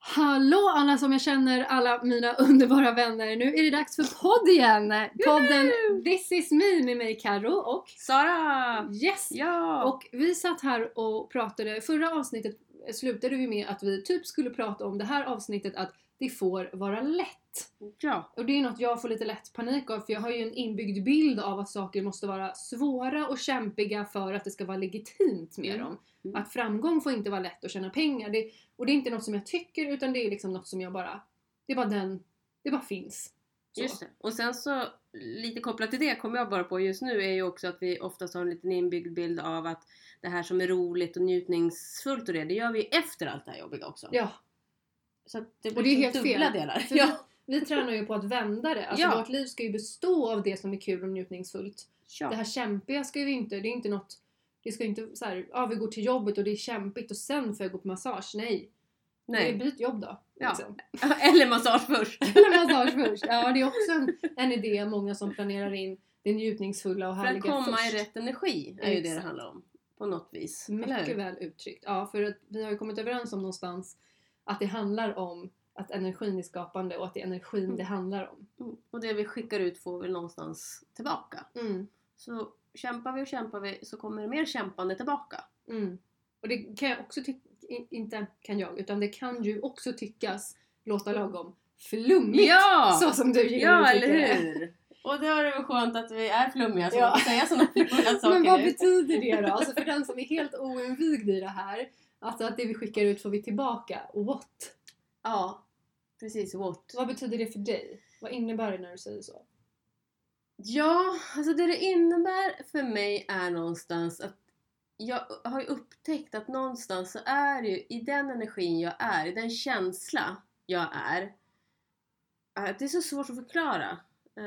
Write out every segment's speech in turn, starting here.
Hallå alla som jag känner, alla mina underbara vänner. Nu är det dags för podd igen. Podden This is me med mig Karo och Sara! Yes! Ja! Och vi satt här och pratade, förra avsnittet slutade vi med att vi typ skulle prata om det här avsnittet att det får vara lätt. Ja. Och det är något jag får lite lätt panik av, för jag har ju en inbyggd bild av att saker måste vara svåra och kämpiga för att det ska vara legitimt med dem. Att framgång får inte vara lätt att tjäna pengar. Och det är inte något som jag tycker, utan det är liksom något som jag bara... Det bara finns. Så. Just det. Och sen så, lite kopplat till det kommer jag bara på just nu är ju också att vi oftast har en liten inbyggd bild av att det här som är roligt och njutningsfullt och det gör vi efter allt det här jobbiga också. Ja. Så att det och det är helt dubbla fel. Delar. Ja. Vi tränar ju på att vända det. Alltså Ja. vårt liv ska ju bestå av det som är kul och njutningsfullt. Ja. Det här kämpiga ska ju inte, det är inte något... Det ska inte så här, vi går till jobbet och det är kämpigt och sen får jag gå på massage. Nej. Det är byt jobb då. Ja. Liksom. Eller massage först. Eller massage först. Ja, det är också en idé. Många som planerar in det njutningsfulla och härliga först. För att komma först. i rätt energi är ju det handlar om. På något vis. Mycket väl uttryckt. Ja, för att vi har ju kommit överens om någonstans att det handlar om att energin är skapande och att det är energin det handlar om. Och det vi skickar ut får vi någonstans tillbaka. Så kämpar vi så kommer det mer kämpande tillbaka. Och det kan jag också inte kan jag, utan det kan ju också tyckas låta lagom flummigt. Ja! Så som du gillar Ja, att tycka eller det. hur? Och då är det väl skönt att vi är flummiga så man kan säga sådana flummiga saker. Men vad betyder det då? Alltså för den som är helt oinvigd i det här, alltså att det vi skickar ut får vi tillbaka. What? Ja, precis. What? Vad betyder det för dig? Vad innebär det när du säger så? Ja, alltså det innebär för mig är någonstans att jag har ju upptäckt att någonstans så är det ju i den energin jag är, i den känsla jag är. Det är så svårt att förklara.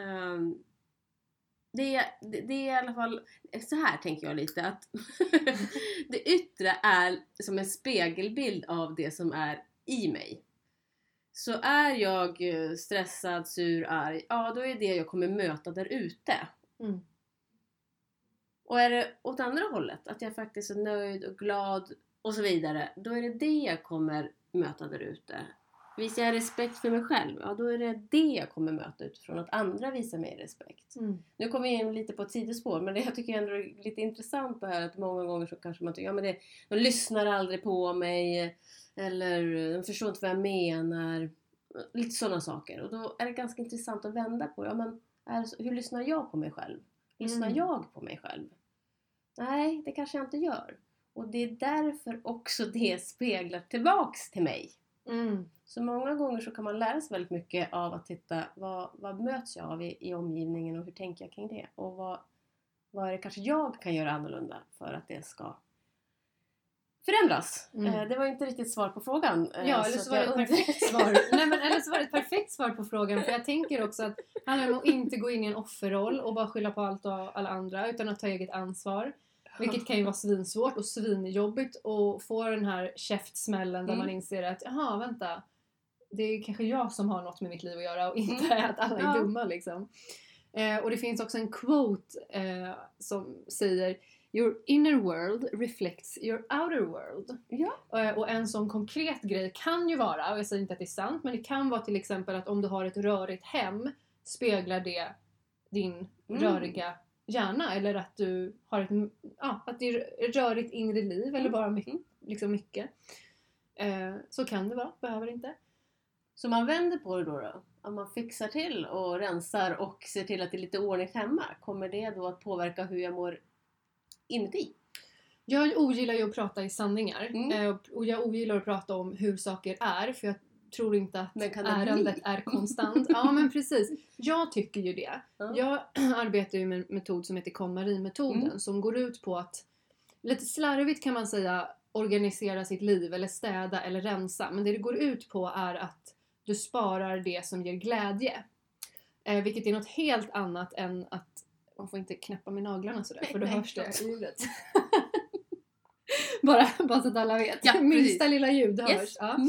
Det är i alla fall, så här tänker jag lite, att det yttre är som en spegelbild av det som är i mig. Så är jag stressad, sur, arg, ja då är det jag kommer möta där ute. Och är det åt andra hållet, att jag faktiskt är nöjd och glad och så vidare, då är det jag kommer möta där ute. Visar jag respekt för mig själv, ja då är det jag kommer möta utifrån, att andra visar mig respekt. Nu kommer vi in lite på ett sidospår, men det jag tycker ändå är lite intressant det här att många gånger så kanske man tycker, ja men de lyssnar aldrig på mig, eller de förstår inte vad jag menar, lite sådana saker. Och då är det ganska intressant att vända på, ja men hur lyssnar jag på mig själv? Lyssnar jag på mig själv? Nej, det kanske jag inte gör. Och det är därför också det speglar tillbaks till mig. Så många gånger så kan man lära sig väldigt mycket av att titta vad möts jag av i omgivningen och hur tänker jag kring det. Och vad är det kanske jag kan göra annorlunda för att det ska förändras. Det var inte riktigt svar på frågan. Ja, eller så var det ett perfekt svar. Nej, men eller så var det ett perfekt svar på frågan. För jag tänker också att det handlar om att inte gå in i en offerroll och bara skylla på allt och alla andra, utan att ta eget ansvar. Vilket kan ju vara svinsvårt och svinjobbigt och få den här käftsmällen där man inser att jaha, vänta, det är kanske jag som har något med mitt liv att göra och inte att alla är dumma liksom. Och det finns också en quote som säger your inner world reflects your outer world. Ja. Och en sån konkret grej kan ju vara, och jag säger inte att det är sant, men det kan vara till exempel att om du har ett rörigt hem speglar det din röriga hjärna, eller att du har att det är ett rörigt inre liv eller bara mycket. Så kan det vara, behöver inte. Så man vänder på det då? Om man fixar till och rensar och ser till att det är lite ordning hemma, kommer det då att påverka hur jag mår inuti? Jag ogillar ju att prata i sanningar. Och jag ogillar att prata om hur saker är, för jag tror inte att ärendet är konstant. Ja, men precis. Jag tycker ju det. Jag arbetar ju med en metod som heter KonMari-metoden som går ut på att, lite slarvigt kan man säga, organisera sitt liv eller städa eller rensa. Men det går ut på är att du sparar det som ger glädje. Vilket är något helt annat än att man får inte knäppa med naglarna sådär, för då hörs det ljudet. bara så att alla vet. Ja, minsta lilla ljud hörs. Yes. Ja.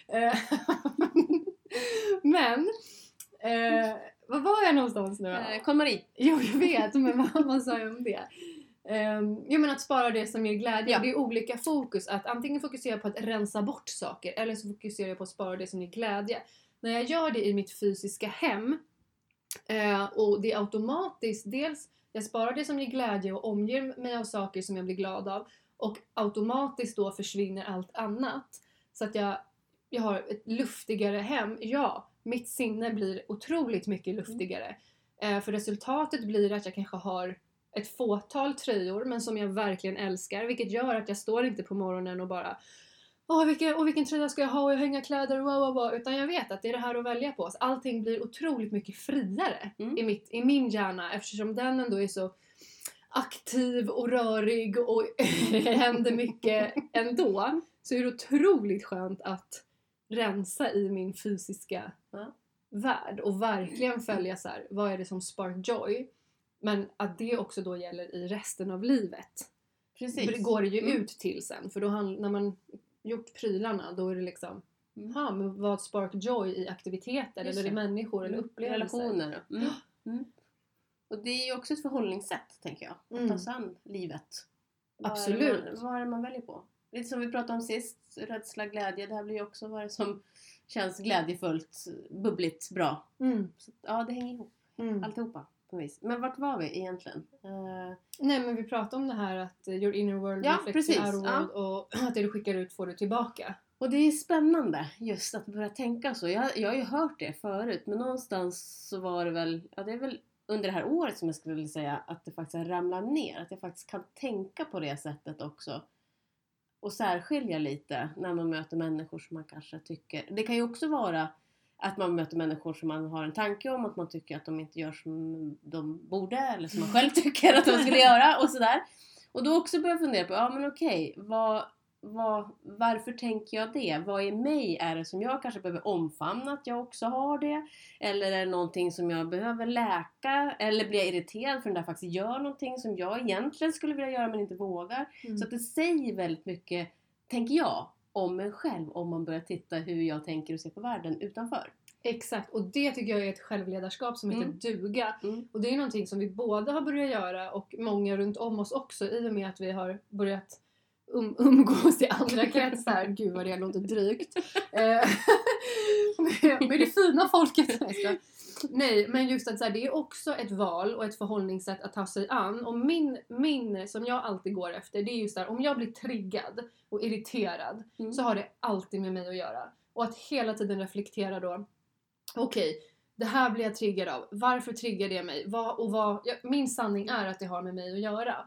Men vad var jag någonstans nu då? KonMari. Jo, jag vet, men vad sa jag om det? Jag menar att spara det som ger glädje. Ja. Det är olika fokus. Att antingen fokusera på att rensa bort saker. Eller så fokuserar jag på att spara det som ger glädje. När jag gör det i mitt fysiska hem. Och det är automatiskt. Dels jag sparar det som ger glädje och omger mig av saker som jag blir glad av. Och automatiskt då försvinner allt annat. Så att jag har ett luftigare hem. Ja, mitt sinne blir otroligt mycket luftigare. För resultatet blir att jag kanske har ett fåtal tröjor. Men som jag verkligen älskar. Vilket gör att jag står inte på morgonen och bara... vilken tröja ska jag ha och jag hänger kläder, wow. Utan jag vet att det är det här att välja på. Så allting blir otroligt mycket friare i min hjärna. Eftersom den ändå är så aktiv och rörig och händer mycket ändå. Så är det otroligt skönt att rensa i min fysiska värld. Och verkligen följa så här, vad är det som spark joy. Men att det också då gäller i resten av livet. Precis. Går det ju ut till sen. För då när man gjort prylarna, då är det liksom men vad spark joy i aktiviteter eller i människor eller upplevelser. Relationer. Och det är ju också ett förhållningssätt, tänker jag. Att ta sig an livet. Absolut. Vad är det man väljer på? Lite som vi pratade om sist, rädsla, glädje. Det här blir ju också vad det som känns glädjefullt, bubbligt, bra. Så, det hänger ihop. Alltihopa. Men vart var vi egentligen? Nej, men vi pratade om det här att your inner world reflects your outer world och att det du skickar ut får du tillbaka. Och det är spännande just att börja tänka så. Jag har ju hört det förut, men någonstans så var det väl, det är väl under det här året som jag skulle vilja säga att det faktiskt har ramlat ner. Att jag faktiskt kan tänka på det sättet också. Och särskilja lite när man möter människor som man kanske tycker. Det kan ju också vara att man möter människor som man har en tanke om. Att man tycker att de inte gör som de borde. Eller som man själv tycker att de skulle göra. Och sådär. Och då också börja fundera på. Varför tänker jag det? Vad i mig är det som jag kanske behöver omfamna att jag också har det? Eller är det någonting som jag behöver läka? Eller blir jag irriterad för den där faktiskt gör någonting som jag egentligen skulle vilja göra men inte vågar? Så att det säger väldigt mycket, tänker jag, om mig själv. Om man börjar titta hur jag tänker och ser på världen utanför. Exakt, och det tycker jag är ett självledarskap som heter duga. Och det är någonting som vi båda har börjat göra och många runt om oss också i och med att vi har börjat umgås i andra kretsar. Gud vad det låter drygt. Med det fina folket. Nej, men just att så här, det är också ett val och ett förhållningssätt att ta sig an. Och min som jag alltid går efter, det är just där, om jag blir triggad och irriterad så har det alltid med mig att göra. Och att hela tiden reflektera då. Okej, det här blir jag triggad av. Varför triggar det mig? Min sanning är att det har med mig att göra.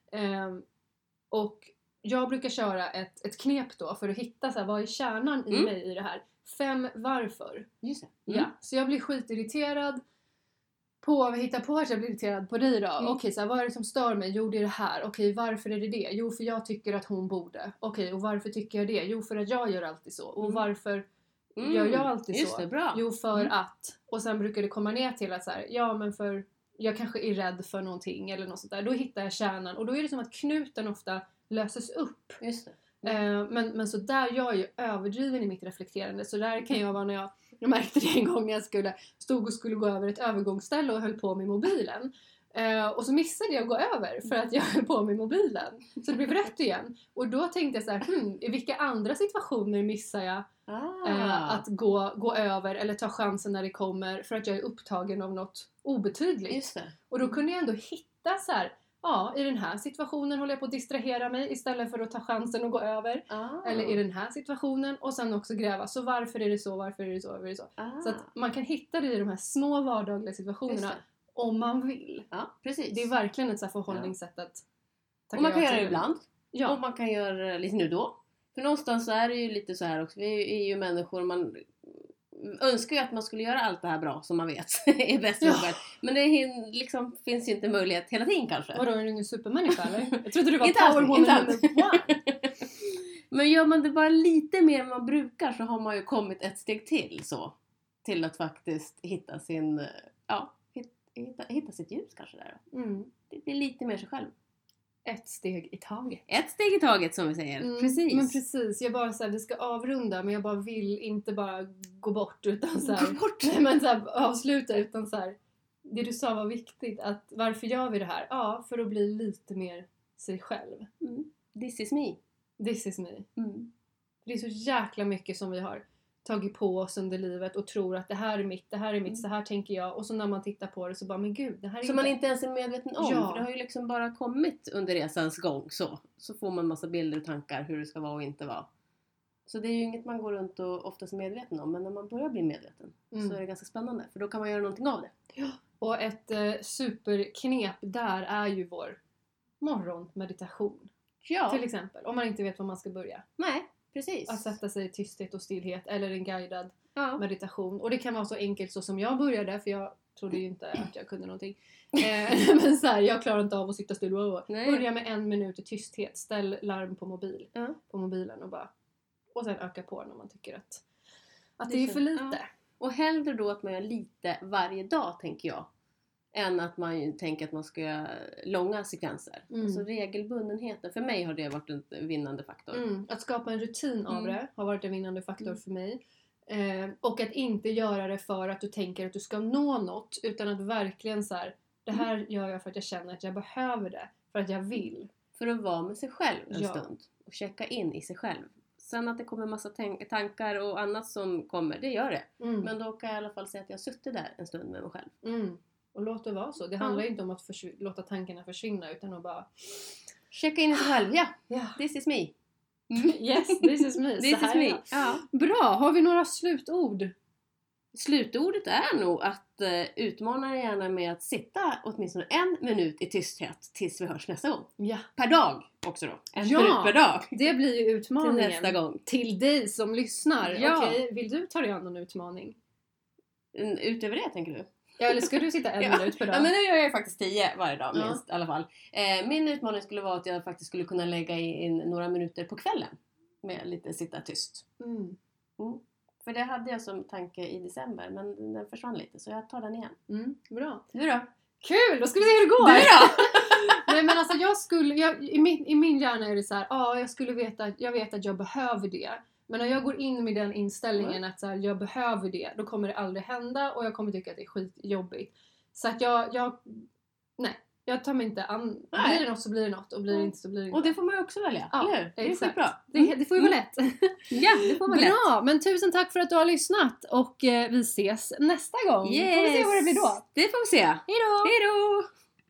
Och jag brukar köra ett knep då för att hitta så här, vad är kärnan i mig i det här. 5 varför. Just det. Ja, så jag blir skitirriterad på att jag blir irriterad på dig då. Okej, så här, vad är det som stör mig? Jo, det är det här. Okej, varför är det? Jo, för jag tycker att hon borde. Okej, och varför tycker jag det? Jo, för att jag gör alltid så. Och varför gör jag alltid just så? Det, bra. Jo, för att. Och sen brukar det komma ner till att så här, men för jag kanske är rädd för någonting eller något sånt där. Då hittar jag kärnan. Och då är det som att knuten ofta löses upp. Just det. Men så där jag är ju överdriven i mitt reflekterande. Så där kan jag vara när jag märkte det en gång när jag stod och skulle gå över ett övergångsställe och höll på med mobilen. Och så missade jag att gå över för att jag höll på med mobilen. Så det blev rätt igen. Och då tänkte jag så här, i vilka andra situationer missar jag att gå över eller ta chansen när det kommer för att jag är upptagen av något obetydligt. Just det. Och då kunde jag ändå hitta så här, i den här situationen håller jag på att distrahera mig istället för att ta chansen och gå över. Eller i den här situationen och sen också gräva. Så varför är det så? Varför är det så? Varför är det så? Så att man kan hitta det i de här små vardagliga situationerna om man vill. Ja, precis. Det är verkligen ett så här förhållningssätt att och man kan göra det ibland. Ja. Och man kan göra det lite nu då. För någonstans så är det ju lite så här också. Vi är ju människor, man önskar ju att man skulle göra allt det här bra som man vet är bäst för själv. Men det liksom finns ju inte möjlighet hela tiden kanske. Vadå, är du ingen supermänniska eller? Jag trodde du var powerwoman number 1. Men gör man det bara lite mer än man brukar så har man ju kommit ett steg till att faktiskt hitta sin hitta sitt ljus kanske där. Det blir lite mer sig själv. Ett steg i taget. Ett steg i taget som vi säger. Precis. Men precis, jag bara såhär, vi ska avrunda men jag bara vill inte bara gå bort utan såhär. Gå bort? Nej men såhär avsluta utan såhär. det du sa var viktigt. Att varför gör vi det här? Ja, för att bli lite mer sig själv. This is me. This is me. Det är så jäkla mycket som vi har tagit på oss under livet och tror att det här är mitt, så här tänker jag. Och så när man tittar på det så bara, men gud, det här är så man inte ens är medveten om. Ja. För det har ju liksom bara kommit under resans gång. Så får man massa bilder och tankar hur det ska vara och inte vara. Så det är ju inget man går runt och oftast är medveten om. Men när man börjar bli medveten så är det ganska spännande. För då kan man göra någonting av det. Ja. Och ett superknep där är ju vår morgonmeditation. Ja. Till exempel, om man inte vet var man ska börja. Nej, precis. Att sätta sig i tysthet och stillhet eller en guidad meditation. Och det kan vara så enkelt så som jag började, för jag trodde ju inte att jag kunde någonting. Men så här, jag klarar inte av att sitta still och börja med 1 minut i tysthet. Ställ larm på mobilen och sen öka på när man tycker att det är för lite. Ja. Och hellre då att man gör lite varje dag, tänker jag. Än att man tänker att man ska göra långa sekvenser. Alltså regelbundenheten. För mig har det varit en vinnande faktor. Att skapa en rutin av det har varit en vinnande faktor för mig. Och att inte göra det för att du tänker att du ska nå något. Utan att verkligen så här, det här gör jag för att jag känner att jag behöver det. För att jag vill. För att vara med sig själv en stund. Och checka in i sig själv. Sen att det kommer massa tankar och annat som kommer, det gör det. Men då kan jag i alla fall säga att jag har suttit där en stund med mig själv. Och låt det vara så. Det handlar inte om att låta tankarna försvinna, utan att bara checka in i sig själv. Ja. This is me. Yes, this is me. This is me. Ja. Bra, har vi några slutord? Slutordet är nog att utmana gärna med att sitta åtminstone 1 minut i tysthet tills vi hörs nästa gång. Ja. Per dag också då. 1 minut per dag. Det blir ju utmaningen. Till nästa gång. Till dig som lyssnar. Ja. Okej, vill du ta dig an någon utmaning? Utöver det, tänker du? Ja, eller ska du sitta 1 minut per dag? Ja, men nu gör jag faktiskt 10 varje dag minst i alla fall. Min utmaning skulle vara att jag faktiskt skulle kunna lägga in några minuter på kvällen. Med lite sitta tyst. För det hade jag som tanke i december, men den försvann lite, så jag tar den igen. Bra. Du då? Kul, då ska vi se hur det går! Du då? Nej, men alltså i min hjärna är det så här, jag vet att jag behöver det. Men när jag går in med den inställningen att så här, jag behöver det, då kommer det aldrig hända och jag kommer tycka att det är skitjobbigt. Så att jag tar mig inte an. Blir det något så blir det något, och blir det inte så blir det inte. Och det får man ju också välja, eller hur? Det är skitbra. Det får ju vara lätt. Ja, det får vara lätt. Bra, men tusen tack för att du har lyssnat och vi ses nästa gång. Yes. Får vi se vad det blir då. Det får vi se. Hejdå! Hejdå!